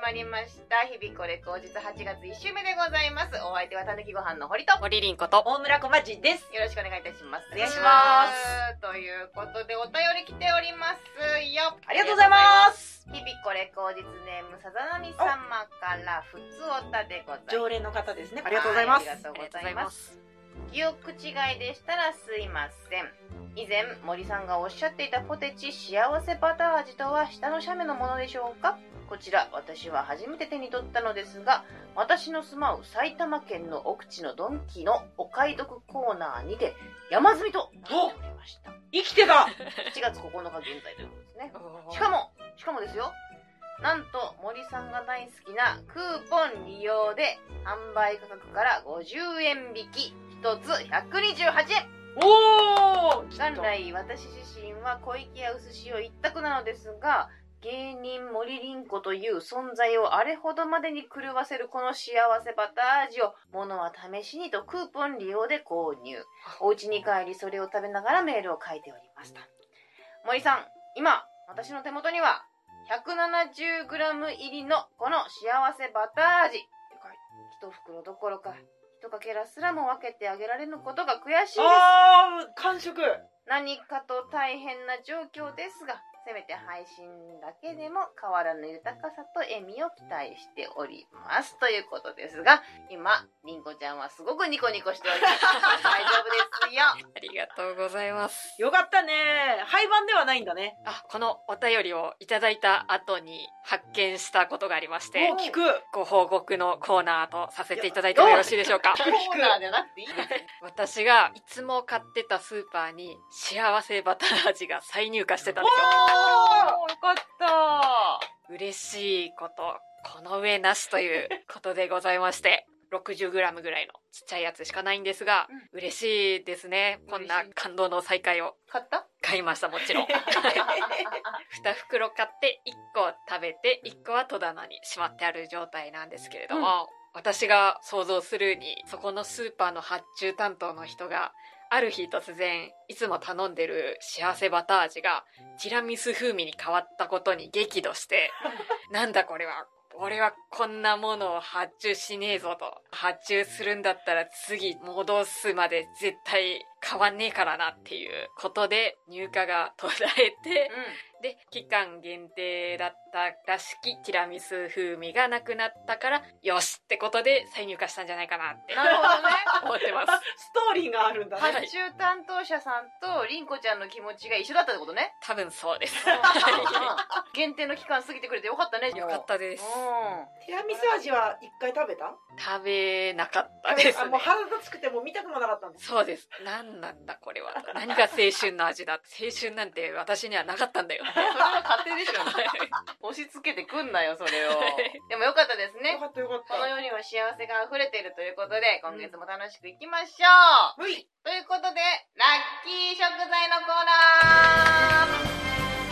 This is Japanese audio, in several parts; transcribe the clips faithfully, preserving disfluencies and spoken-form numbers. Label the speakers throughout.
Speaker 1: まりました。日々これ口実はちがついっ週目でございます。お相手はたぬきご飯の堀と
Speaker 2: 森凛子と
Speaker 3: 大村こまじです。
Speaker 1: よろしくお願いいたします。
Speaker 3: お願いします。
Speaker 1: ということでお便り来ておりますよ。
Speaker 3: ありがとうございます。
Speaker 1: 日々これ口実ネームさざなみ様からふつおたでございます。
Speaker 3: 常連の方ですね。ありがとうございます。
Speaker 1: ありがとうございます。記憶違いでしたらすいません。以前森さんがおっしゃっていたポテチ幸せバター味とは下の斜面のものでしょうか。こちら私は初めて手に取ったのですが、私の住まう埼玉県の奥地のドンキのお買い得コーナーにて山積みとなっておりました。
Speaker 3: 生きてた
Speaker 1: しちがつここのか現在ということですね。しかもしかもですよ、なんと森さんが大好きなクーポン利用で販売価格からごじゅうえん引き、ひとつひゃくにじゅうはちえん。
Speaker 3: おー、
Speaker 1: 元来私自身は小池や薄塩一択なのですが、芸人森凛子という存在をあれほどまでに狂わせるこの幸せバター味を、物は試しにとクーポン利用で購入。お家に帰りそれを食べながらメールを書いておりました。森さん、今私の手元には ひゃくななじゅうグラム 入りのこの幸せバター味、一袋どころか一かけらすらも分けてあげられぬことが悔しいです。
Speaker 3: あー、完食。
Speaker 1: 何かと大変な状況ですが、せめて配信だけでも変わらぬ豊かさと笑みを期待しておりますということですが、今りんこちゃんはすごくニコニコしております大丈夫ですよ。
Speaker 2: ありがとうございます。
Speaker 3: よかったね。廃盤ではないんだね。
Speaker 2: あ、このお便りをいただいた後に発見したことがありまして、
Speaker 3: 大きく
Speaker 2: ご報告のコーナーとさせていただいてもよろしいでしょうか。
Speaker 1: コーナーじゃなくていいです。
Speaker 2: 私がいつも買ってたスーパーに幸せバター味が再入荷してたんですよ。
Speaker 1: おー、よかった。
Speaker 2: 嬉しいこと、この上なしということでございまして、ろくじゅうグラム ぐらいのちっちゃいやつしかないんですが、うん、嬉しいですね。こんな感動の再会を。
Speaker 1: 買った？
Speaker 2: 買いました、もちろん。に袋買っていっこ食べていっこは戸棚にしまってある状態なんですけれども、うん、私が想像するに、そこのスーパーの発注担当の人がある日突然いつも頼んでる幸せバター味がティラミス風味に変わったことに激怒してなんだこれは、俺はこんなものを発注しねえぞと、発注するんだったら次戻すまで絶対変わんねえからなっていうことで入荷が途絶えて、うん、で期間限定だったらしきティラミス風味がなくなったからよしってことで再入荷したんじゃないかなって
Speaker 1: なるほどね
Speaker 2: 思ってます
Speaker 3: ストーリーがあるんだね。
Speaker 1: 発注担当者さんとりんこちゃんの気持ちが一緒だったってことね。
Speaker 2: 多分そうです
Speaker 1: 限定の期間過ぎてくれてよかったね。
Speaker 2: よかったです。
Speaker 3: ティラミス味は一回食べた？
Speaker 2: 食べなかったですね。
Speaker 3: あ、もう腹立つくてもう見たくもなかったんです。
Speaker 2: そうです。なんなんだこれは。何が青春の味だ。青春なんて私にはなかったんだよ。
Speaker 1: それは勝手でしょ。押し付けてくんなよそれを。でもよかったですね。
Speaker 3: よかったよかった。
Speaker 1: この世には幸せが溢れているということで、今月も楽しくいきましょう。
Speaker 3: うん、
Speaker 1: ということでラッキー食材のコーナー。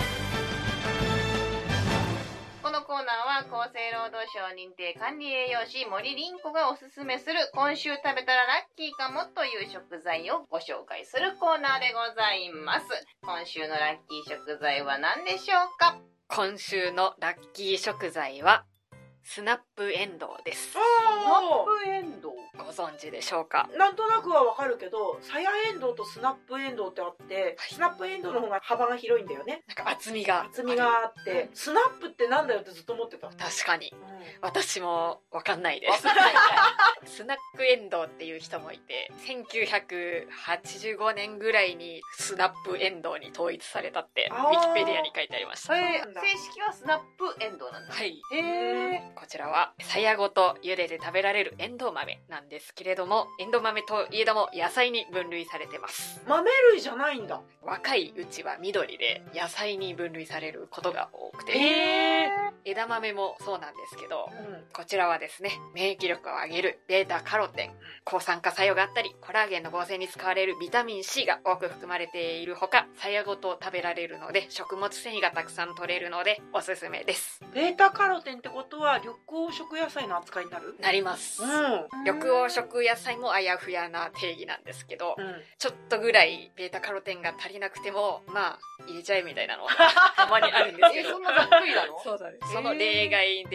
Speaker 1: このコーナーは厚生労働省認定管理栄養士森凛子がおすすめする今週食べたらラッキーかもという食材をご紹介するコーナーでございます。今週のラッキー食材は何でしょうか？
Speaker 2: 今週のラッキー食材はスナップエンドウです。
Speaker 1: スナップエンドウ
Speaker 2: ご存知でしょうか？
Speaker 3: なんとなくはわかるけど、さやエンドウとスナップエンドウってあって、はい、スナップエンドウの方が幅が広いんだよね。
Speaker 2: なんか厚みが
Speaker 3: 厚みがあって、スナップってなんだよってずっと思ってた。
Speaker 2: 確かに、うん、私もわかんないです。スナップエンドウっていう人もいて、せんきゅうひゃくはちじゅうごねんぐらいにスナップエンドウに統一されたってウィキペディアに書いてありました。
Speaker 1: 正式はスナップエンドウなんだ。
Speaker 2: はい。
Speaker 1: へー。
Speaker 2: こちらはさやごと茹でて食べられるエンドウ豆なんですけれども、エンドウ豆といえども野菜に分類されてます。
Speaker 3: 豆類じゃないんだ。
Speaker 2: 若いうちは緑で野菜に分類されることが多くて、
Speaker 3: へー。
Speaker 2: 枝豆もそうなんですけど、
Speaker 3: うん、
Speaker 2: こちらはですね、免疫力を上げるベータカロテン、抗酸化作用があったり、コラーゲンの合成に使われるビタミン C が多く含まれているほか、さやごと食べられるので食物繊維がたくさん取れるのでおすすめです。
Speaker 3: ベータカロテンってことは緑黄色野菜の扱いになる？
Speaker 2: なります、うん、緑黄色野菜もあやふやな定義なんですけど、うん、ちょっとぐらいベータカロテンが足りなくてもまあ入れちゃえみたいなのはたまにあるんですけど
Speaker 1: えそんなざっくりなの？
Speaker 2: そうだね。その例外で入れちゃえっ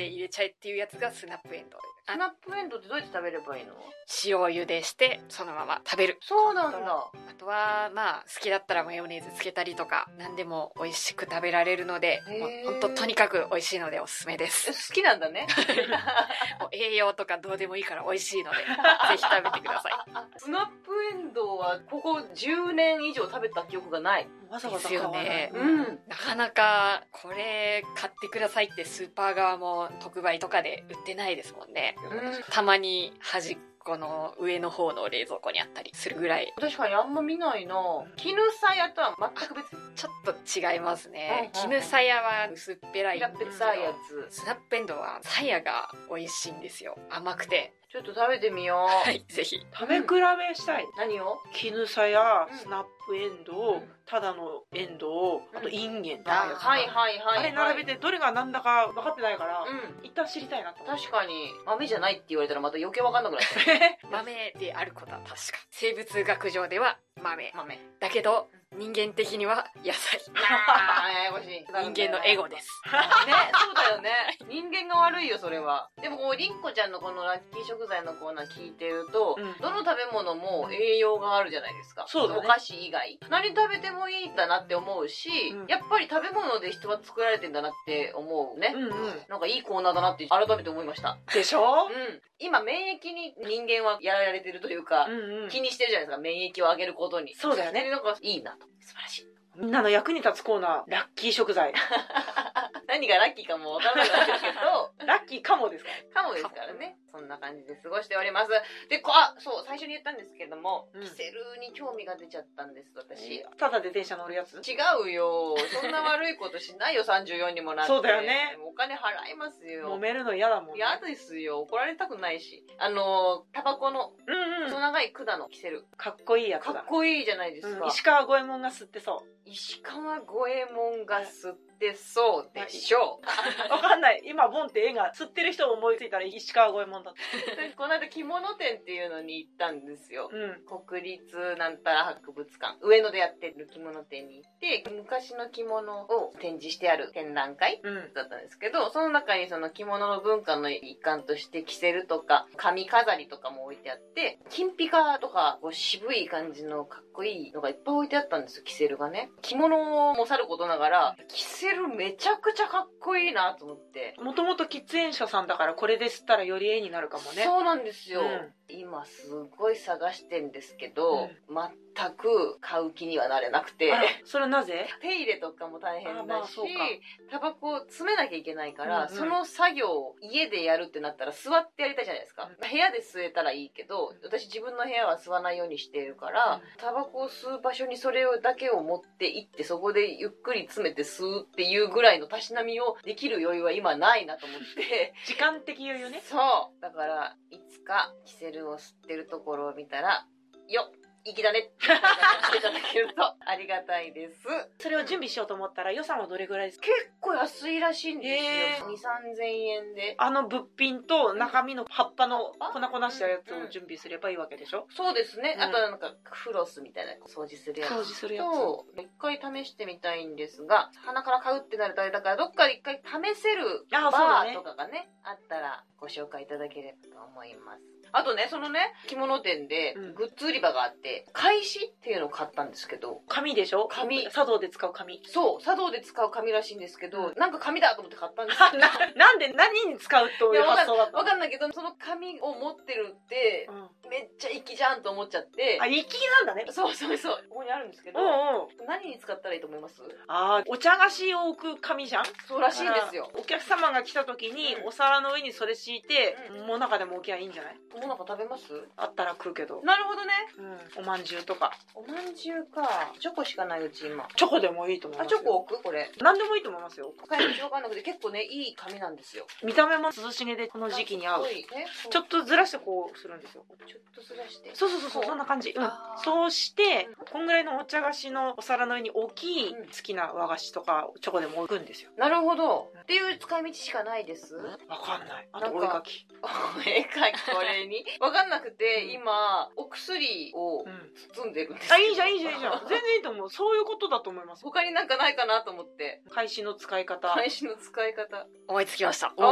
Speaker 2: っていうやつがスナップエンドウ。
Speaker 1: スナップエンドウってどうやって食べればいいの？
Speaker 2: 塩茹でしてそのまま食べる。
Speaker 1: そうなんだ。
Speaker 2: あとはまあ好きだったらマヨネーズつけたりとか何でも美味しく食べられるので、もうほんととにかく美味しいのでおすすめです。
Speaker 1: 好きなんだね。
Speaker 2: もう栄養とかどうでもいいから美味しいのでぜひ食べてください。
Speaker 1: スナップエンドウはここじゅうねん以上食べた記憶がない。
Speaker 3: わざわざ
Speaker 2: です
Speaker 3: 買わない。
Speaker 2: よね。
Speaker 1: うん。
Speaker 2: なかなかこれ買ってくださいってスーパー側も特売とかで売ってないですもんね。
Speaker 1: うん
Speaker 2: たまに端っこの上の方の冷蔵庫にあったりするぐらい。
Speaker 1: 確かにあんま見ないな。絹さやとは全く別。
Speaker 2: ちょっと違いますね。
Speaker 1: うんうんうん
Speaker 2: 絹さやは薄っぺらいん
Speaker 1: 平っ
Speaker 2: ですけど、
Speaker 1: ぺさいやつ。
Speaker 2: スナップエンドウはさやが美味しいんですよ。甘くて。
Speaker 1: ちょっと食べてみよう。
Speaker 2: はい、ぜひ。
Speaker 3: 食べ比べしたい。
Speaker 1: 何を？
Speaker 3: 絹さや
Speaker 1: うん
Speaker 3: スナップエンドウ、
Speaker 1: うん
Speaker 3: ただのエンドウ、あとインゲンって
Speaker 1: あ、
Speaker 3: あるやつ
Speaker 1: はいはいはい、はい。
Speaker 3: あれ並べてどれが何だか分かってないから、
Speaker 1: うん。
Speaker 3: 一旦知りたいなと。
Speaker 1: 確かに豆じゃないって言われたらまた余計わかんなくなっちゃう。
Speaker 2: 豆であることは確か。生物学上では豆。
Speaker 1: 豆。
Speaker 2: だけど、人間的には野菜。
Speaker 1: あー、ややこしい。
Speaker 2: 人間のエゴです。
Speaker 1: ね、そうだよね。人間が悪いよ、それは。でも、こう、りんこちゃんのこのラッキー食材のコーナー聞いてると、
Speaker 3: うん
Speaker 1: どの食べ物も栄養があるじゃないですか。
Speaker 3: そうだね
Speaker 1: お菓子以外。何食べてもいいんだなって思うし、
Speaker 3: うん
Speaker 1: やっぱり食べ物で人は作られてんだなって思うね。
Speaker 3: うんうん。
Speaker 1: なんかいいコーナーだなって改めて思いました。
Speaker 3: でしょ
Speaker 1: うん。今、免疫に人間はやられてるというか、
Speaker 3: うんうん。
Speaker 1: 気にしてるじゃないですか、免疫を上げることに。
Speaker 3: そうだよね
Speaker 1: でなんかいいなと。素晴らしい。
Speaker 3: みんなの役に立つコーナー、ラッキー食材。
Speaker 1: 何がラッキーかもわからなくなってるけど、
Speaker 3: ラッキーかもですか
Speaker 1: かもですからね。そんな感じで過ごしております。で、こあ、そう、最初に言ったんですけども、
Speaker 3: うん
Speaker 1: キセルに興味が出ちゃったんです、私。
Speaker 3: ただで電車乗るやつ
Speaker 1: 違うよ。そんな悪いことしないよ、さんじゅうよんにもなって。
Speaker 3: そうだよね。
Speaker 1: お金払いますよ。
Speaker 3: 揉めるの嫌だもんね。
Speaker 1: 嫌ですよ。怒られたくないし。あの、タバコの、
Speaker 3: うんうん。
Speaker 1: 細長い管のキセル。
Speaker 3: かっこいいやつ
Speaker 1: か
Speaker 3: だ。
Speaker 1: っこいいじゃないですか。
Speaker 3: うん、石川五右衛門が吸ってそ
Speaker 1: 石川五右衛門が吸ってそうでしょう。
Speaker 3: う。わかんない。今、ボンって絵が、吸ってる人を思いついたら石川五右衛門だった。
Speaker 1: でこの間着物展っていうのに行ったんですよ。
Speaker 3: うん。
Speaker 1: 国立なんたら博物館上野でやってる着物展に行って昔の着物を展示してある展覧会
Speaker 3: うん。
Speaker 1: だったんですけど、その中にその着物の文化の一環としてキセルとか髪飾りとかも置いてあって、金ピカとかこう渋い感じのかっこいいのがいっぱい置いてあったんですよ、キセルがね。着物もさることながらキセルめちゃくちゃかっこいいなと思って。
Speaker 3: もともと喫煙者さんだからこれで吸ったらより絵になるかもね。
Speaker 1: そうなんですよ、
Speaker 3: うん
Speaker 1: 今すごい探してんですけど、
Speaker 3: うん
Speaker 1: 全く買う気にはなれなくて、
Speaker 3: あらそれなぜ
Speaker 1: 手入れとかも大変
Speaker 3: あま
Speaker 1: だし、
Speaker 3: あそうか
Speaker 1: タバコを詰めなきゃいけないから、
Speaker 3: うんうん
Speaker 1: その作業を家でやるってなったら座ってやりたいじゃないですか、
Speaker 3: うん
Speaker 1: 部屋で吸えたらいいけど、私自分の部屋は吸わないようにしているから、
Speaker 3: うん
Speaker 1: タバコを吸う場所にそれをだけを持って行ってそこでゆっくり詰めて吸うっていうぐらいのたしなみをできる余裕は今ないなと思って
Speaker 3: 時間的余裕ね。
Speaker 1: そうだからいつかキセルを吸ってるところを見たらよっ粋だねって言っていただけるとありがたいです。
Speaker 3: それを準備しようと思ったら予算はどれぐらいですか？
Speaker 1: 結構安いらしいんです
Speaker 3: へー
Speaker 1: よ。に、さんぜんえんで。
Speaker 3: あの物品と中身の葉っぱの
Speaker 1: あ
Speaker 3: 粉々したやつを準備すればいいわけでしょ？
Speaker 1: そうですね。
Speaker 3: うん
Speaker 1: あとはなんかフロスみたいな掃除するやつ
Speaker 3: 掃除するやつ
Speaker 1: と、一回試してみたいんですが、鼻から買うってなるとあれだから、どっかで一回試せるバ
Speaker 3: あそうだね
Speaker 1: ーとかがね、あったらご紹介いただければと思います。あとね、そのね、着物店で
Speaker 3: うん
Speaker 1: グッズ売り場があって、返しっていうのを買ったんですけど、
Speaker 3: 紙でしょ？
Speaker 1: 紙
Speaker 3: 茶道で使う紙。
Speaker 1: そう、茶道で使う紙らしいんですけど、
Speaker 3: うん
Speaker 1: なんか紙だと思って買ったんですよ。
Speaker 3: な、なんで何に使うという発想だったの？
Speaker 1: わかんないけど、その紙を持ってるって、
Speaker 3: うん
Speaker 1: めっちゃ粋じゃんと思っちゃって。
Speaker 3: あ、粋なんだね。
Speaker 1: そうそうそう。ここにあるんですけど、
Speaker 3: うんうん。
Speaker 1: 何に使ったらいいと思います？
Speaker 3: あー、お茶菓子を置く紙じゃん？
Speaker 1: そうらしいんですよ。
Speaker 3: お客様が来た時に
Speaker 1: うん
Speaker 3: お皿の上にそれ敷いて、
Speaker 1: うん
Speaker 3: もう中でも置きゃいいんじゃない？
Speaker 1: もうなんか食べます？
Speaker 3: あったら食うけど。
Speaker 1: なるほどね。
Speaker 3: うん。おまんじゅうとか。
Speaker 1: おまんじゅうか。チョコしかないうち今。
Speaker 3: チョコでもいいと思いま
Speaker 1: あ、
Speaker 3: すよ。
Speaker 1: チョコ置くこれ。
Speaker 3: 何でもいいと思いますよ。
Speaker 1: 買い道わかんなくて結構ね、いい紙なんですよ。
Speaker 3: 見た目も涼しげでこの時期に合う。
Speaker 1: かっこいいね。
Speaker 3: ちょっとずらしてこうするんですよ。
Speaker 1: ちょっとずらして。
Speaker 3: そうそうそうそう、そんな感じ。うん
Speaker 1: あ。ー
Speaker 3: そうして、こんぐらいのお茶菓子のお皿の上に大きい
Speaker 1: うん
Speaker 3: 好きな和菓子とかチョコでも置くんですよ。
Speaker 1: なるほど。っていう使い道しかないです。
Speaker 3: わかんない。あと
Speaker 1: なんか
Speaker 3: お絵かき。
Speaker 1: 絵描きこれに。わかんなくて、今、お薬を
Speaker 3: うん。
Speaker 1: 包んでるんですけど。
Speaker 3: あ、いいじゃんいいじゃんいいじゃん。全然いいと思う。そういうことだと思います。
Speaker 1: 他になんかないかなと思って。
Speaker 3: 返しの使い方。
Speaker 1: 返しの使い方。
Speaker 2: 思いつきました。
Speaker 1: あ、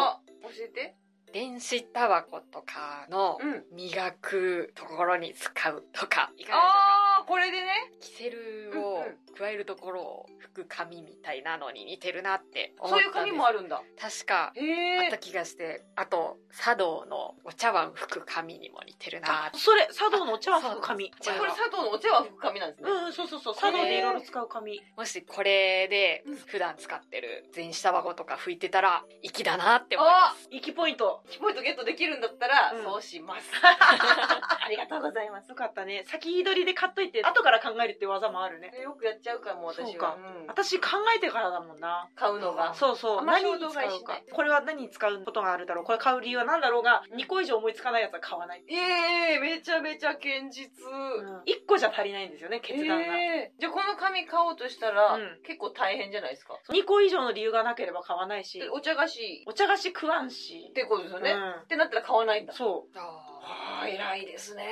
Speaker 1: 教えて。
Speaker 2: 電子タバコとかの
Speaker 1: うん。
Speaker 2: 磨くところに使うとか、いかがでしょうか。
Speaker 1: あー、これでね。
Speaker 2: キセルを加えるところを拭く紙みたいなのに似てるなって思
Speaker 1: そういう
Speaker 2: ったんです。
Speaker 1: 紙もあるんだ。
Speaker 2: 確か
Speaker 1: へー。
Speaker 2: あった気がして、あと茶道のお茶碗拭く紙にも似てるなって。
Speaker 3: それ茶道のお茶碗拭く紙。
Speaker 2: そう
Speaker 1: これ佐藤のお茶碗拭く紙なんですね。
Speaker 3: うん、そうそうそう。茶道でいろいろ使う紙。
Speaker 2: もしこれで普段使ってる電子タバコとか拭いてたら粋だなって思います。
Speaker 3: 息ポイント。
Speaker 1: いちポイントゲットできるんだったら、
Speaker 3: うん
Speaker 1: そうします。ありがとうございます。
Speaker 3: よかったね。先取りで買っといて、後から考えるって技もあるね。
Speaker 1: よくやっちゃうかも、私は。
Speaker 3: そうか
Speaker 1: うん
Speaker 3: 私考えてからだもんな。
Speaker 1: 買うのが。
Speaker 3: そうそう。
Speaker 1: あんま
Speaker 3: 何に使
Speaker 1: 衝動買いしな
Speaker 3: うか
Speaker 1: い。
Speaker 3: これは何に使うことがあるだろう。これ買う理由は何だろうが、にこ以上思いつかないやつは買わない。
Speaker 1: ええ、めちゃめちゃ堅実。
Speaker 3: いっこじゃ足りないんですよね、決断が。
Speaker 1: えーじゃあこの紙買おうとしたら、
Speaker 3: うん
Speaker 1: 結構大変じゃないですか。
Speaker 3: にこ以上の理由がなければ買わないし、
Speaker 1: お茶菓子
Speaker 3: お茶菓子食わんし
Speaker 1: っ。てことですよね。
Speaker 3: うん
Speaker 1: ってなったら買わないんだ。
Speaker 3: そう。
Speaker 1: ああ、偉いですね。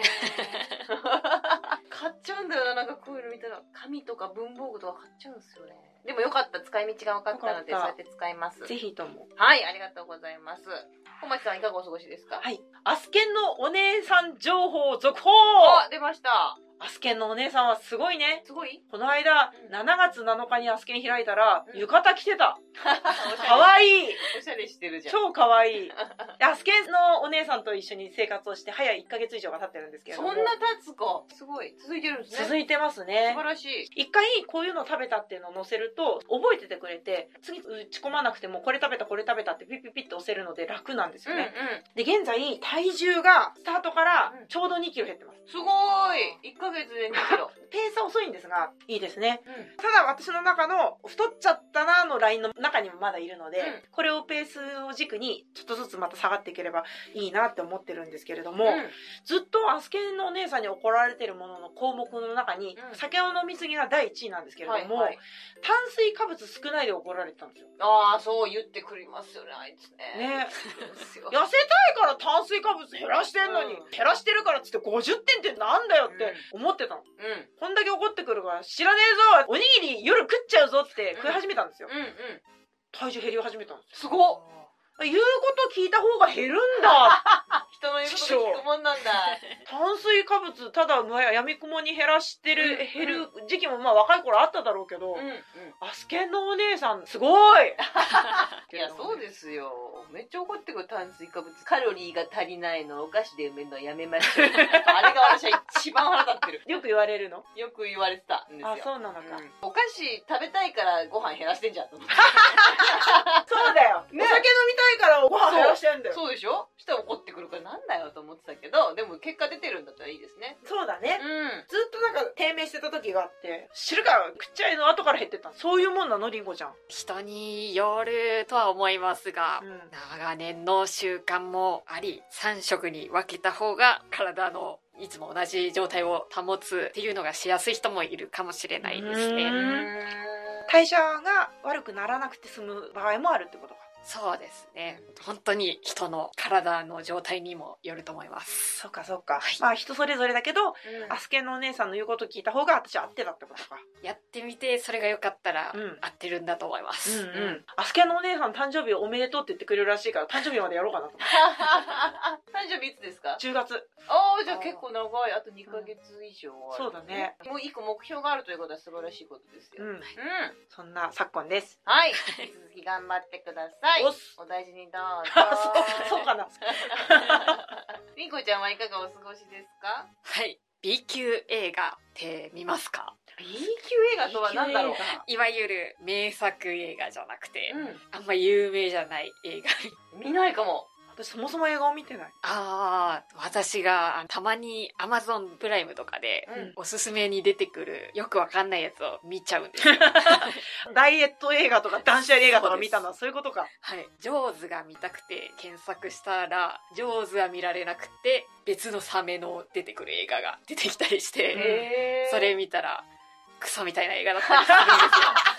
Speaker 1: 買っちゃうんだよな、なんかこういうの見たら。紙とか文房具とか買っちゃうんですよね。でもよかった、使い道が分かったので、
Speaker 3: よかった
Speaker 1: そうやって使います。
Speaker 3: ぜひとも。
Speaker 1: はい、ありがとうございます。小町さんいかがお過ごしですか？
Speaker 3: はい。アスケンのお姉さん情報続報。
Speaker 1: あ、出ました。
Speaker 3: アスケンのお姉さんはすごいね。
Speaker 1: すごい
Speaker 3: この間、
Speaker 1: うん
Speaker 3: しちがつなのかにアスケン開いたら、
Speaker 1: うん
Speaker 3: 浴衣着てた。
Speaker 1: か
Speaker 3: かわいい。
Speaker 1: おしゃれしてるじゃん。
Speaker 3: 超かわいい。でアスケンのお姉さんと一緒に生活をして早いっかげつ以上が経ってるんですけれども。
Speaker 1: そんな経つか。すごい。続いてるんですね。
Speaker 3: 続いてますね
Speaker 1: 素。晴らしい。
Speaker 3: 一回こういうの食べたっていうのを載せると覚えててくれて、次打ち込まなくてもこれ食べたこれ食べたってピッピッピッと押せるので楽なんです
Speaker 1: うんうん
Speaker 3: よね。。で現在体重がスタートから
Speaker 1: うん
Speaker 3: ちょうどにキロ減ってます。
Speaker 1: すごい。いっかげつでにキロ。
Speaker 3: ペースは遅いんですがいいですね。
Speaker 1: うん。
Speaker 3: ただ私の中の太っちゃったなのラインの中にもまだいるので、
Speaker 1: うん
Speaker 3: これをペースを軸にちょっとずつまた下がっていければいいなって思ってるんですけれども、
Speaker 1: うん
Speaker 3: ずっとアスケンのお姉さんに怒られてるものの項目の中に、
Speaker 1: うん
Speaker 3: 酒を飲みすぎがだいいちいなんですけれども、
Speaker 1: はいはい。
Speaker 3: 炭水化物少ないで怒られてたんですよ。
Speaker 1: ああ、そう言ってくれますよね、あいつね。
Speaker 3: ね
Speaker 1: そうですよ。
Speaker 3: 痩せたいから炭水化物減らしてんのに、
Speaker 1: うん
Speaker 3: 減らしてるからっつってごじゅってんってなんだよって思ってたの。
Speaker 1: うん。
Speaker 3: こんだけ怒ってくるから知らねえぞ、おにぎり夜食っちゃうぞって食い始めたんですよ。
Speaker 1: うんうん。
Speaker 3: 体重減り始めたんです
Speaker 1: すごっ。
Speaker 3: よ。言うこと聞いた方が減るんだ。
Speaker 1: 人の言うこと聞くもんなんだ。
Speaker 3: 炭水化物ただやみくもに減らしてる、
Speaker 1: うん
Speaker 3: 減る時期もまあ若い頃あっただろうけど、
Speaker 1: うんうん。
Speaker 3: アスケンのお姉さんすごい。
Speaker 1: いや、そうですよ。めっちゃ怒ってくる炭水化物。カロリーが足りないの、お菓子で埋めるのやめましょう。あれが私は一番腹立ってる。
Speaker 3: よく言われるの。
Speaker 1: よく言われてたんですよ。
Speaker 3: あ、そうなのか。
Speaker 1: うんお菓子食べたいからご飯減らしてんじゃんと思って。
Speaker 3: そうだよ。
Speaker 1: ね
Speaker 3: お酒飲みたいからご飯減らしてんだよ。
Speaker 1: そうでしょ？したら怒ってくるからなんだよと思ってたけど、でも結果出てるんだったらいいですね。
Speaker 3: そうだね。
Speaker 1: うん。
Speaker 3: ずっとなんか低迷してた時があって、知るか食っちゃいの後から減ってった。そういうもんなの、りんごちゃん。
Speaker 2: 人によるとは思いますが、
Speaker 3: うん
Speaker 2: 長年の習慣もあり、さん食に分けた方が体のいつも同じ状態を保つっていうのがしやすい人もいるかもしれないです
Speaker 3: う
Speaker 2: ね。
Speaker 3: ん代謝が悪くならなくて済む場合もあるってことか。
Speaker 2: そうですね。本当に人の体の状態にもよると思います。
Speaker 3: そうかそうか。
Speaker 2: はい
Speaker 3: まあ人それぞれだけど、
Speaker 1: うん
Speaker 3: アスケンのお姉さんの言うこと聞いた方が私は合ってたってことか。
Speaker 2: やってみてそれが良かったら
Speaker 3: うん
Speaker 2: 合ってるんだと思います。
Speaker 3: うんうん。アスケンのお姉さん誕生日おめでとうって言ってくれるらしいから誕生日までやろうかなと思って。
Speaker 1: 誕生日いつですか？
Speaker 3: じゅうがつ。
Speaker 1: ああ、じゃあ結構長い。あとにかげつ以上ある、
Speaker 3: そうだね。
Speaker 1: もう一個目標があるということは素晴らしいことですよ。
Speaker 3: うん。
Speaker 1: うん。
Speaker 3: そんな昨今です。
Speaker 1: はい。引き続き頑張ってください。
Speaker 3: おっす。
Speaker 1: お大事にどうぞ。
Speaker 3: そう、そうかな。
Speaker 1: りんこちゃんはいかがお過ごしですか？
Speaker 2: はい。B 級映画って見ますか？
Speaker 1: B 級映画とは何だろう？
Speaker 2: いわゆる名作映画じゃなくて、
Speaker 1: う
Speaker 2: あんま有名じゃない映画。
Speaker 1: ん。見ないかも。
Speaker 3: 私そもそも映画を見てない。
Speaker 2: ああ、私がたまに Amazon プライムとかで
Speaker 1: うん。
Speaker 2: おすすめに出てくるよくわかんないやつを見ちゃうんですよ。
Speaker 3: ダイエット映画とか断捨離映画とか見たのはそういうことか。
Speaker 2: はい。ジョーズが見たくて検索したら、ジョーズは見られなくて、別のサメの出てくる映画が出てきたりして、
Speaker 1: へー
Speaker 2: それ見たら、クソみたいな映画だったりするんですよ。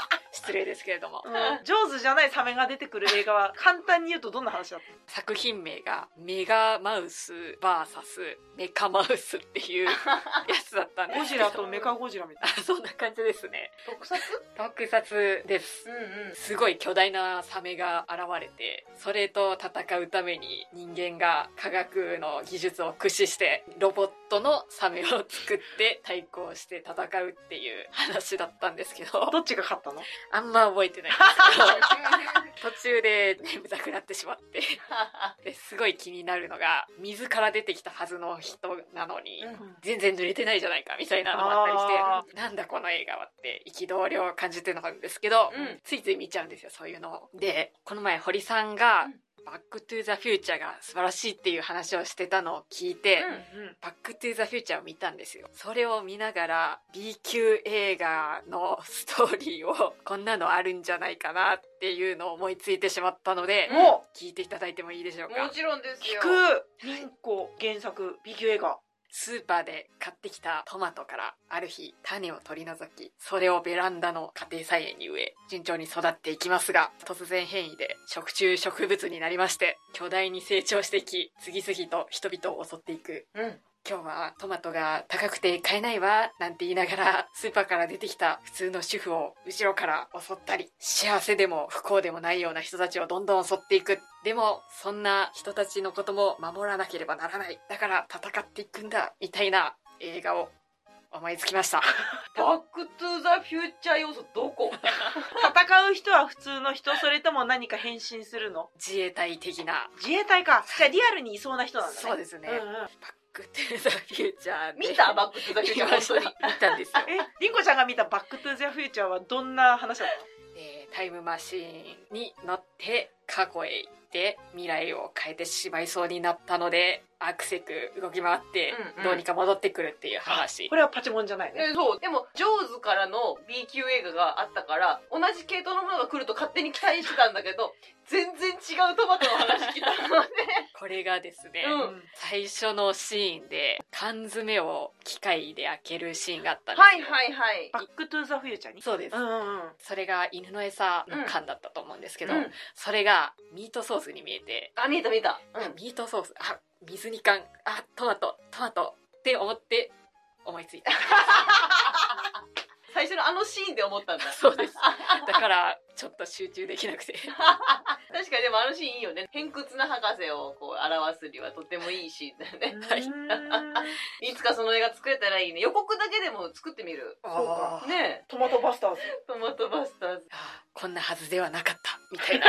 Speaker 2: 失礼ですけれども。
Speaker 3: うん、上手じゃないサメが出てくる映画は簡単に言うとどんな話だったの？
Speaker 2: 作品名がメガマウス ブイエス メカマウスっていうやつだったんです
Speaker 3: ゴ
Speaker 2: けど。
Speaker 3: ジラとメカゴジラみたい
Speaker 2: あ、そんな感じですね。
Speaker 1: 特撮？
Speaker 2: 特撮です。
Speaker 1: うんうん。
Speaker 2: すごい巨大なサメが現れて、それと戦うために人間が科学の技術を駆使してロボットのサメを作って対抗して戦うっていう話だったんですけど、
Speaker 3: どっちが勝ったの？
Speaker 2: あんま覚えてないんですけど途中で眠たくなってしまってですごい気になるのが、水から出てきたはずの人なのに、
Speaker 1: うん
Speaker 2: 全然濡れてないじゃないかみたいなのもあったり
Speaker 3: あ
Speaker 2: して、なんだこの映画はって憤りを感じてるのがあるんですけど、
Speaker 1: うん
Speaker 2: ついつい見ちゃうんですよ、そういうのを。で、この前堀さんが、
Speaker 1: うん
Speaker 2: バックトゥーザフューチャーが素晴らしいっていう話をしてたのを聞いて、
Speaker 1: うん
Speaker 3: うん
Speaker 2: バックトゥーザフューチャーを見たんですよ。それを見ながら B 級映画のストーリーをこんなのあるんじゃないかなっていうのを思いついてしまったので、
Speaker 3: も
Speaker 2: 聞いていただいてもいいでしょう
Speaker 1: も
Speaker 2: か。
Speaker 1: ちろんですよ。
Speaker 3: 聞くリンコ原作 B 級映画。
Speaker 2: スーパーで買ってきたトマトからある日種を取り除き、それをベランダの家庭菜園に植え、順調に育っていきますが、突然変異で食虫植物になりまして、巨大に成長していき、次々と人々を襲っていく。
Speaker 1: うん。
Speaker 2: 今日はトマトが高くて買えないわなんて言いながら、スーパーから出てきた普通の主婦を後ろから襲ったり、幸せでも不幸でもないような人たちをどんどん襲っていく。でもそんな人たちのことも守らなければならない、だから戦っていくんだみたいな映画を思いつきました。
Speaker 1: バックトゥーザフューチャー要素どこ？
Speaker 3: 戦う人は普通の人、それとも何か変身するの？
Speaker 2: 自衛隊的な。
Speaker 3: 自衛隊か。じゃあリアルにいそうな人なんだね。
Speaker 2: そうですね。
Speaker 3: うんうん、
Speaker 2: バックトゥーザフューチャーで
Speaker 1: 見たバックトゥーザフューチャー本当に。
Speaker 2: 見たんですよ。
Speaker 3: え、リンコちゃんが見たバックトゥーザフューチャーはどんな話だったの？
Speaker 2: えータイムマシーンに乗って過去へ行って未来を変えてしまいそうになったので、アクセク動き回って
Speaker 1: うんうん
Speaker 2: どうにか戻ってくるっていう話。
Speaker 3: これはパチモンじゃないね。
Speaker 1: えそう。でも、ジョーズからの B 級映画があったから、同じ系統のものが来ると勝手に期待してたんだけど、全然違うトマトの話聞いたので。
Speaker 2: これがですね、
Speaker 1: うん
Speaker 2: 最初のシーンで缶詰を機械で開けるシーンがあったんですよ。
Speaker 1: はいはいはい。
Speaker 3: バックトゥーザフューチャーに。
Speaker 2: そうです。
Speaker 3: うんうんうん。
Speaker 2: それが犬の餌の缶だったと思うんですけど、
Speaker 1: うん
Speaker 2: それがミートソースに見えて、
Speaker 1: あ、見えた見えた。うん。
Speaker 2: ミートソース、あ、水煮缶、あ、トマト、トマトって思って思いついた。
Speaker 1: 最初のあのシーンで思ったんだ。
Speaker 2: そうです。だからちょっと集中できなくて。
Speaker 1: 確かにでもあのシーンいいよね。偏屈な博士をこう表すにはとてもいいシーンだよね。
Speaker 2: はいう
Speaker 3: ーん
Speaker 1: いつかその映画作れたらいいね。予告だけでも作ってみる。
Speaker 3: そうか
Speaker 1: ねえ。
Speaker 3: トマトバスターズ。
Speaker 1: トマトバスターズ。
Speaker 2: あこんなはずではなかったみたいな。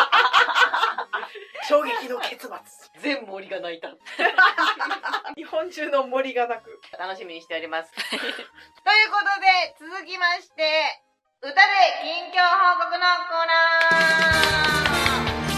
Speaker 3: 衝撃の結末。
Speaker 1: 全森が泣いた。
Speaker 3: 日本中の森が泣く。
Speaker 1: 楽しみにしております。ということで、続きまして、歌で近況報告のコーナー。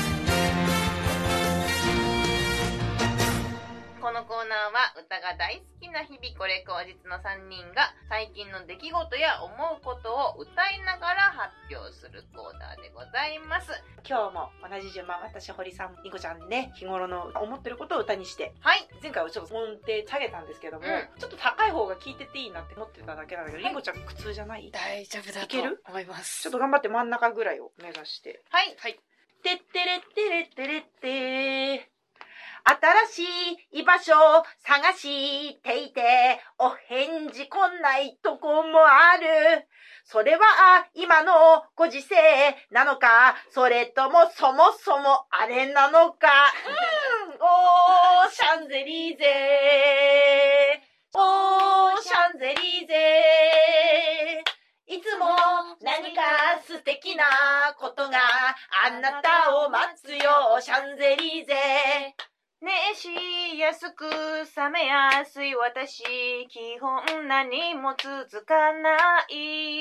Speaker 1: このコーナーは歌が大好きな日々これ口実のさんにんが最近の出来事や思うことを歌いながら発表するコーナーでございます。
Speaker 3: 今日も同じ順番、私、堀さん、ニコちゃんね、日頃の思ってることを歌にして、
Speaker 1: はい。
Speaker 3: 前回はちょっと音程下げたんですけども、
Speaker 1: うん
Speaker 3: ちょっと高い方が聴いてていいなって思ってただけなんだけど、
Speaker 1: はい
Speaker 3: リンコちゃん苦痛じゃない？
Speaker 2: 大丈夫だと
Speaker 3: いける
Speaker 2: 思います。
Speaker 3: ちょっと頑張って真ん中ぐらいを目指して。
Speaker 1: はい。
Speaker 2: はい。
Speaker 3: てってれってれってれって新しい居場所を探していて、お返事来ないとこもある。それは今のご時世なのか、それともそもそもあれなのか。うん、おー、シャンゼリーゼー。おー、シャンゼリーゼー。いつも何か素敵なことがあなたを待つよ、シャンゼリーゼー。
Speaker 1: 熱しやすく冷めやすい私、基本何も続かない。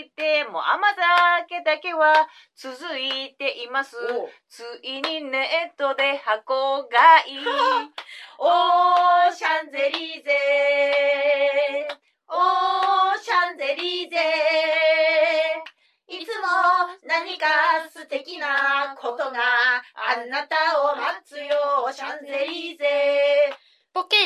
Speaker 1: でも甘酒だけは続いています。ついにネットで箱買い。
Speaker 3: おー、シャンゼリーゼー。おー、シャンゼリーゼー。いつも何か素敵なことがあなたを待つよ、シャンゼリーゼー。
Speaker 2: ポケーっ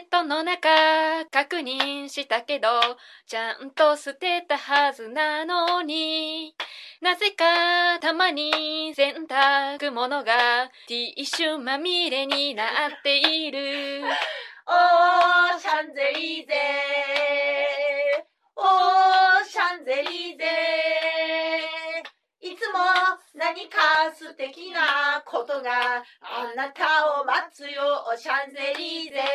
Speaker 2: トの中確認したけどちゃんと捨てたはずなのに、なぜかたまに洗濯物がティッシュまみれになっている。
Speaker 3: オーシャンゼリーゼオーシャンゼリーゼ、いつも何か素敵なことがあなたを待つよ、シャンゼリーゼ。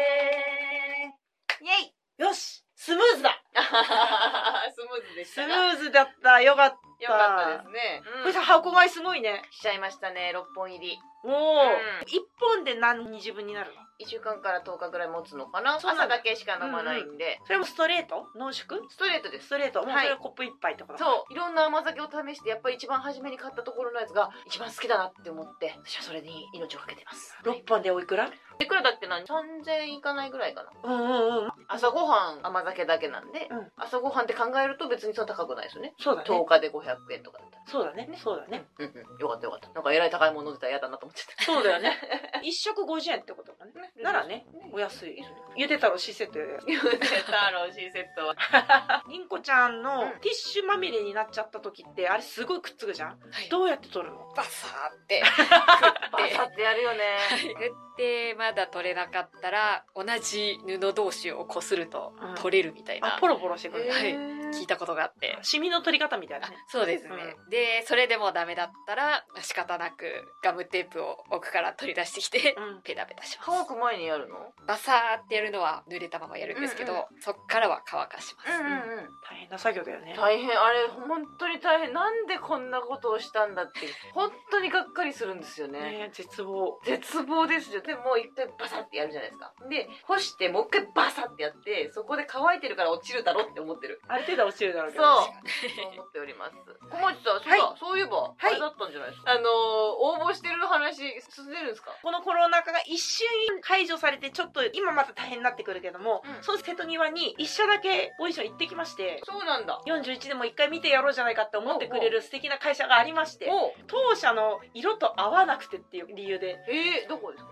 Speaker 1: イェイ。
Speaker 3: よし、スムーズだ。
Speaker 1: スムーズでし
Speaker 3: ス
Speaker 1: たな。
Speaker 3: ムーズだった。よかった。
Speaker 1: よかったですね。
Speaker 3: これさ、箱買いすごいね。
Speaker 1: しちゃいましたね、ろっぽん入り。
Speaker 3: おお、
Speaker 1: うん
Speaker 3: いっぽんで何日分になるの？
Speaker 1: いっしゅうかんからとおかぐらい持つのかな。
Speaker 3: そうなんだ
Speaker 1: 朝だけしか飲まないんで。
Speaker 3: それもストレート？濃縮？
Speaker 1: ストレートです
Speaker 3: ス。トレート。もうそ
Speaker 1: はい
Speaker 3: れコップ一杯とかだ。
Speaker 1: そう、いろんな甘酒を試して、やっぱり一番初めに買ったところのやつが一番好きだなって思って、私はそれに命をかけてます。
Speaker 3: ろっぽんでおいくら？
Speaker 1: いくらだっけな、さんぜんえんいかないぐらいかな。
Speaker 3: うんうんうん。
Speaker 1: 朝ごはん甘酒だけなんで、
Speaker 3: うん
Speaker 1: 朝ごはんって考えると別にそんな高くないですよね。
Speaker 3: そうだね。
Speaker 1: とおかでごひゃくえんとかだったら。
Speaker 3: そうだね。そうだね。
Speaker 1: うんうん、よかったよかった。なんかえらい高いもの飲んでたら嫌だなと思っちゃった。
Speaker 3: そうだよね。一食ごじゅうえんってことだね。ならね、お安い。ゆで太郎 C セットで。
Speaker 1: ゆで太郎 C セットは。
Speaker 3: りんこちゃんの
Speaker 1: うん
Speaker 3: ティッシュまみれになっちゃった時って、あれすごいくっつくじゃん。
Speaker 2: はい
Speaker 3: どうやって取るの？
Speaker 2: バサーって
Speaker 1: バサってやるよね。
Speaker 2: 振ってまだ取れなかったら同じ布同士をこすると
Speaker 3: うん
Speaker 2: 取れるみたいな、
Speaker 3: あ、ポロポロしてくる。
Speaker 2: はい
Speaker 1: へー
Speaker 2: 聞いたことがあって、
Speaker 3: シミの取り方みたいな
Speaker 2: あ
Speaker 3: ね。
Speaker 2: そうですね、でそれでもダメだったら仕方なくガムテープを奥から取り出してきて、
Speaker 3: うん
Speaker 2: ペタペタします。
Speaker 1: 乾く前にやるの？
Speaker 2: バサーってやるのは濡れたままやるんですけど、
Speaker 1: うんうん
Speaker 2: そっからは乾かします、
Speaker 1: うんうん。
Speaker 3: 大変な作業だよね。
Speaker 1: 大変、あれ本当に大変。なんでこんなことをしたんだって本当にがっかりするんですよね。
Speaker 3: ね、絶望。
Speaker 1: 絶望ですよ。でも一回バサってやるじゃないですか。で干してもう一回バサってやって、そこで乾いてるから落ちるだろって思ってる。
Speaker 3: ある程度は落ちるだろうけ
Speaker 1: そう
Speaker 3: ど。
Speaker 1: そう思っております。小町さん、そうだ、
Speaker 3: はい
Speaker 1: そういえば、
Speaker 3: はい
Speaker 1: あれだったんじゃないですか。あのー、応募してる話進んでるんですか？
Speaker 3: このコロナ禍が一瞬解除されて、ちょっと今また大変になってくるけども、
Speaker 1: うん
Speaker 3: その瀬戸際に一社だけオーディション行ってきまして、
Speaker 1: そうなんだ。
Speaker 3: よんじゅういちでも一回見てやろうじゃないかって思ってくれる素敵な会社がありまして、
Speaker 1: おう
Speaker 3: 当社の色と合わなくてっていう理由で、
Speaker 1: えー、どこですか？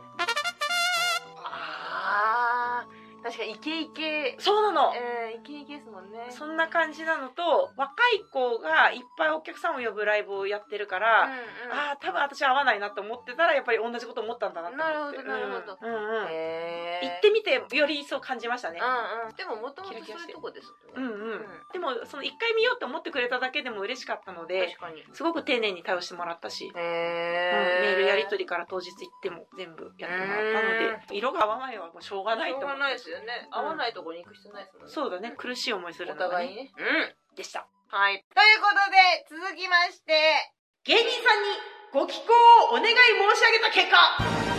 Speaker 1: あー、確かイケイケ。
Speaker 3: そうなの、
Speaker 1: えー、イケイケですもんね。
Speaker 3: そんな感じなのと、若い子がいっぱいお客さんを呼ぶライブをやってるから、
Speaker 1: うんうん、
Speaker 3: ああ、多分私合わないなと思ってたら、やっぱり同じこと思ったんだなって思って。
Speaker 1: なるほどなるほど
Speaker 3: うんうんうん。
Speaker 1: へー、
Speaker 3: 行ってみて、より一層感じましたね。
Speaker 1: うんうん。でももともとそういうとこですよね。
Speaker 3: うんうん。でも、その一回見ようと思ってくれただけでも嬉しかったので、
Speaker 1: 確かに。
Speaker 3: すごく丁寧に対応してもらったし、
Speaker 1: へ
Speaker 3: うん、
Speaker 1: ー、
Speaker 3: メールやり取りから当日行っても全部やってもらったので、色が合わないはもうしょうがないと思って。
Speaker 1: しょうがないですよね。合わないとこに行く必要ないですもんね。
Speaker 3: そうだね。苦しい思いする
Speaker 1: お
Speaker 3: のが
Speaker 1: 互いにね。うん。
Speaker 3: でした。
Speaker 1: はい。ということで、続きまして、
Speaker 3: 芸人さんにご寄稿をお願い申し上げた結果、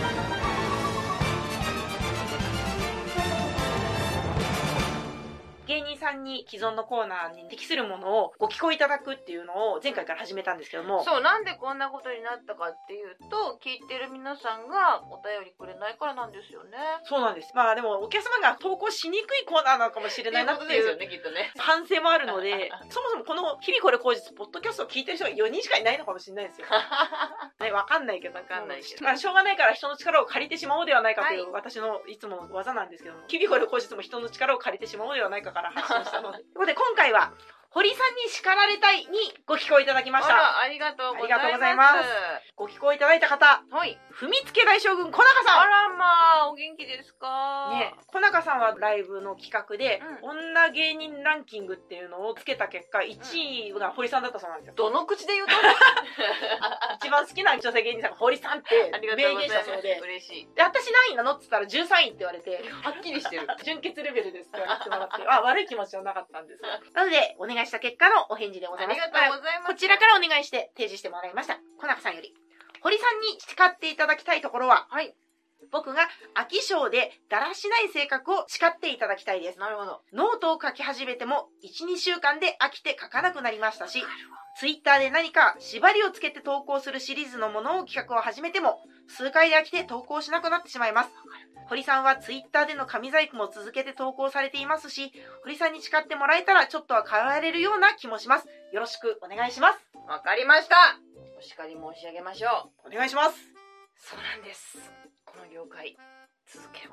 Speaker 3: 芸人さんに既存のコーナーに適するものをご寄稿いただくっていうのを前回から始めたんですけども、
Speaker 1: そう、なんでこんなことになったかっていうと、聞いてる皆さんがお便りくれないからなんですよね。
Speaker 3: そうなんです。まあでもお客様が投稿しにくいコーナーなのかもしれないなっていう
Speaker 1: っていうことですよね、きっとね。
Speaker 3: 反省もあるので、そもそもこの日々これ口実ポッドキャストを聞いてる人がよにんしかいないのかもしれないですよ。ね、わかんないけど。
Speaker 1: わかんないけど
Speaker 3: まあしょうがないから人の力を借りてしまおうではないかという、
Speaker 1: はい
Speaker 3: 私のいつもの技なんですけども、日々これ口実も人の力を借りてしまおうではないかから発信したので。ということで今回は、堀さんに叱られたいにご寄稿いただきました。
Speaker 1: あら、ありがとうございます。
Speaker 3: ありがとうございますご寄稿いただいた方、
Speaker 1: はい。
Speaker 3: 踏みつけ大将軍小中さん。
Speaker 1: あらまあ、お元気ですか？
Speaker 3: ね、小中さんはライブの企画で、
Speaker 1: う
Speaker 3: 女芸人ランキングっていうのをつけた結果、いちいが堀さんだったそうなんですよ。
Speaker 1: どの口で言うと
Speaker 3: 一番好きな女性芸人さんが堀さんって
Speaker 1: ありがと
Speaker 3: 明
Speaker 1: うございます。
Speaker 3: 言したそうで。
Speaker 1: 嬉しい。
Speaker 3: で、私何位なのって言ったらじゅうさんいって言われて、
Speaker 1: はっきりしてる。
Speaker 3: 純潔レベルですって言われてもらって、あ、悪い気持ちはなかったんですが。なので、お願いした結果のお返事でございます。
Speaker 1: ありがとうございます。
Speaker 3: こちらからお願いして提示してもらいました。小中さんより。堀さんに叱っていただきたいところは、
Speaker 1: はい。
Speaker 3: 僕が飽き性でだらしない性格を叱っていただきたいです。
Speaker 1: なるほど。
Speaker 3: ノートを書き始めてもいち、にしゅうかんで飽きて書かなくなりましたし、ツイッターで何か縛りをつけて投稿するシリーズのものを企画を始めても、数回で飽きて投稿しなくなってしまいます。堀さんはツイッターでの紙細工も続けて投稿されていますし、堀さんに叱ってもらえたらちょっとは変われるような気もします。よろしくお願いします。
Speaker 1: わかりました。お叱り申し上げましょう。
Speaker 3: お願いします。
Speaker 1: そうなんです。この業界、続けることが大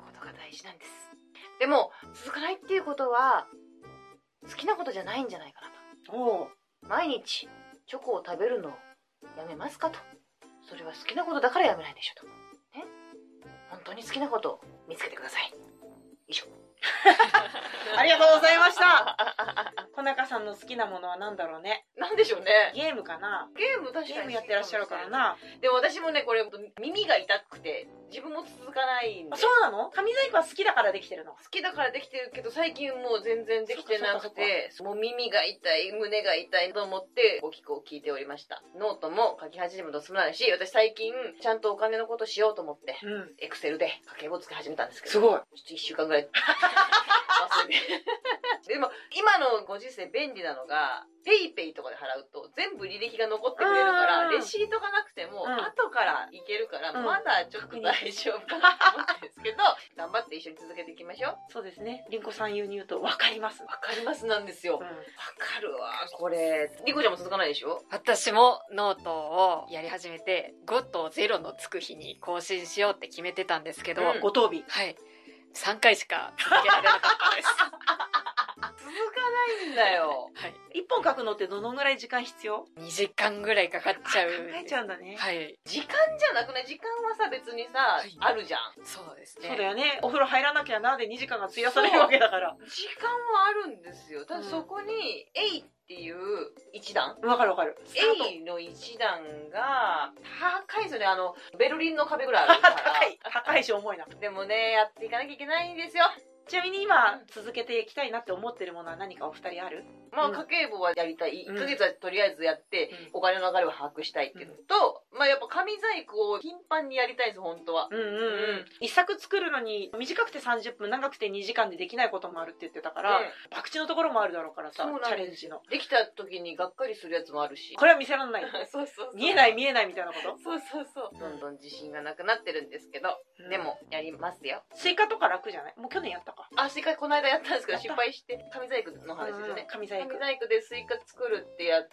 Speaker 1: 大事なんです。でも続かないっていうことは好きなことじゃないんじゃないかなと。
Speaker 3: おう。
Speaker 1: 毎日チョコを食べるのをやめますかと。それは好きなことだからやめないでしょと。ね、本当に好きなことを見つけてください。以上。
Speaker 3: ありがとうございました。小中さんの好きなものは何だろうね。
Speaker 1: なんでしょうね。
Speaker 3: ゲームかな。
Speaker 1: ゲーム確かに
Speaker 3: ゲームやってらっしゃるからな。
Speaker 1: でも私もね、これ耳が痛くて自分も続かないんで。
Speaker 3: あ、そうなの？紙細工は好きだからできてるの？
Speaker 1: 好きだからできてるけど最近もう全然できてなくて、もう耳が痛い、胸が痛いと思ってお聞くを聞いておりました。ノートも書き始めると済まないし、私最近ちゃんとお金のことしようと思って、エクセルで家計簿つけ始めたんですけど、
Speaker 3: すごい。
Speaker 1: ちょっといっしゅうかんぐらい忘れて。でも今のご時世便利なのが、ペイペイとかで払うと全部履歴が残ってくれるから、レシートがなくても後からいけるから、まだちょっと大丈夫かなと思ってるんですけど、頑張って一緒に続けていきましょう。
Speaker 3: そうですね。りんこさん言うに言うと、わかります。
Speaker 1: わかりますなんですよ。わ、
Speaker 3: うん、
Speaker 1: かるわ、これ。りんこちゃんも続かないでしょ？
Speaker 2: 私もノートをやり始めて、ごとゼロのつく日に更新しようって決めてたんですけど、
Speaker 3: うん、ごとうび。
Speaker 2: はい。さんかいしか続けられなかったです。
Speaker 1: 続かないんだよ。
Speaker 2: はい。
Speaker 3: いっぽん書くのってどのぐらい時間必要？
Speaker 2: にじかんぐらいかかっちゃう。
Speaker 3: 考えちゃうんだね。
Speaker 2: はい。
Speaker 1: 時間じゃなくね、時間はさ別にさ、はい、あるじゃん。
Speaker 2: そうですね。
Speaker 3: そうだよね。お風呂入らなきゃなでにじかんが費やされるわけだから。
Speaker 1: 時間はあるんですよ。ただそこに、エイっていう一段。
Speaker 3: わかるわかる。
Speaker 1: エイの一段が高いですよね。あの、ベルリンの壁ぐらいあるから。
Speaker 3: 高い。高いし重いな。
Speaker 1: でもね、やっていかなきゃいけないんですよ。
Speaker 3: ちなみに今続けていきたいなって思ってるものは何かお二人ある？
Speaker 1: まあ家計簿はやりたい。いっかげつはとりあえずやって、うん、お金の流れを把握したいっていうのと、うん、まあやっぱ紙細工を頻繁にやりたいです、本当は。
Speaker 3: うんうんうん。一作作るのに短くてさんじゅっぷん、長くてにじかんでできないこともあるって言ってたから、うん、博打のところもあるだろうからさ、チャレンジの。
Speaker 1: できた時にがっかりするやつもあるし。
Speaker 3: これは見せらんない。
Speaker 1: そうそうそう。
Speaker 3: 見えない見えないみたいなこと？
Speaker 1: そうそうそう。どんどん自信がなくなってるんですけど、うん、でもやりますよ。
Speaker 3: スイカとか楽じゃない？もう去年やったか。
Speaker 1: あ、スイカこの間やったんですけど失敗して、紙細工の話ですよね。
Speaker 3: 紙細工。
Speaker 1: 紙細工でスイカ作るってやって、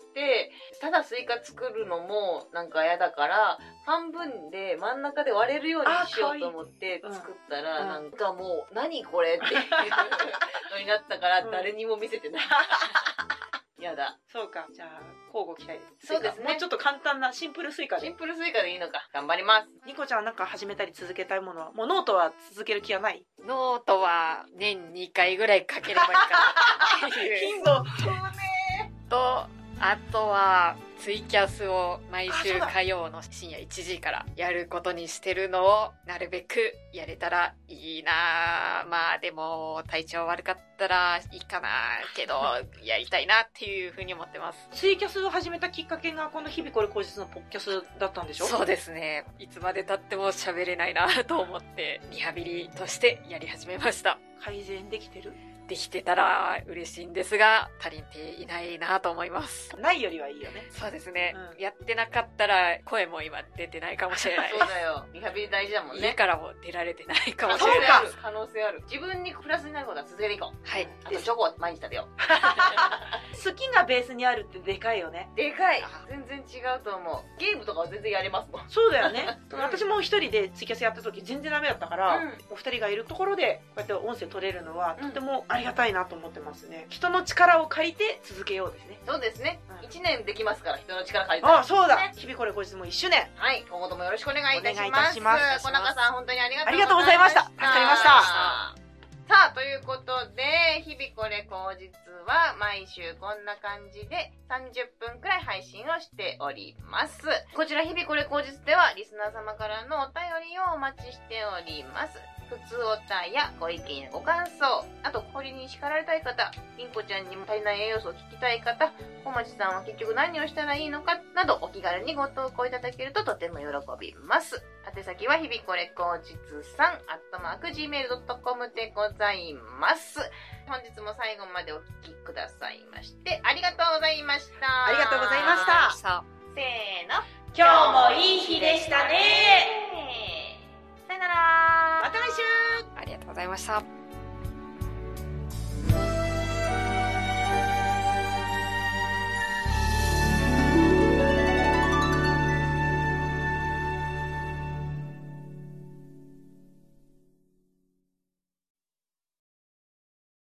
Speaker 1: ただスイカ作るのもなんか嫌だから、半分で真ん中で割れるようにしようと思って作ったら、なんかもう、何これっていうのになったから、誰にも見せてない。やだ。
Speaker 3: そうか。じゃあ、交互期待。
Speaker 1: そうですね。
Speaker 3: もうちょっと簡単なシンプルスイカで。
Speaker 1: シンプルスイカでいいのか。頑張ります。
Speaker 3: ニコちゃんはなんか始めたり続けたいものは、もうノートは続ける気はない？
Speaker 2: ノートは年にかいぐらい書ければいいかなっていう。
Speaker 3: 頻度。
Speaker 2: と、あとは、ツイキャスを毎週火曜の深夜いちじからやることにしてるのをなるべくやれたらいいな。まあでも体調悪かったらいいかなけどやりたいなっていうふうに思ってます。
Speaker 3: ツイキャスを始めたきっかけがこの日々これ口実のポッキャスだったんでしょ？
Speaker 2: そうですね。いつまで経っても喋れないなと思ってリハビリとしてやり始めました。
Speaker 3: 改善できてる？
Speaker 2: できてたら嬉しいんですが足りていないなと思います。
Speaker 3: ないよりはいいよね。
Speaker 2: そうですね、
Speaker 3: うん、
Speaker 2: やってなかったら声も今出てないかもしれない
Speaker 1: そうだよ。リハビリ大事だもんね。
Speaker 2: 家からも出られてないかもしれない。
Speaker 1: 可能性ある。自分にプラスになることは続けていこう。
Speaker 2: はい。
Speaker 1: あとチョコは毎日食べよう。
Speaker 3: 好きがベースにあるってでかいよね。
Speaker 1: でかい。全然違うと思う。ゲームとかは全然やれますもん。
Speaker 3: そうだよね。私も一人でツイキャスやった時全然ダメだったから、うん、お二人がいるところでこうやって音声取れるのはとてもありがたいなと思ってますね。人の力を借りて続けようですね。
Speaker 1: そうですね。うん、いちねんできますから、人の力借りたら。
Speaker 3: ああ、そうだ。日々これ後日もいっしゅうねん。
Speaker 1: はい。今後ともよろしくお願いいたします。
Speaker 3: お願いいたします。
Speaker 1: 小中さん、本当にありがとうございました。
Speaker 3: ありがとうございました。助かりました。
Speaker 1: さあ、ということで、日々これ口実は毎週こんな感じでさんじゅっぷんくらい配信をしております。こちら日々これ口実ではリスナー様からのお便りをお待ちしております。普通おたやご意見やご感想、あと氷に叱られたい方、りんこちゃんにも足りない栄養素を聞きたい方、小町さんは結局何をしたらいいのかなどお気軽にご投稿いただけるととても喜びます。宛先は日々これ口実さんアットマークジーメールドットコム でございます。本日も最後までお聞きくださいましてありがとうございました。
Speaker 3: ありがとうございました。
Speaker 1: せーの、
Speaker 3: 今日もいい日でしたね。
Speaker 1: さよなら。
Speaker 3: また来週。
Speaker 2: ありがとうございました。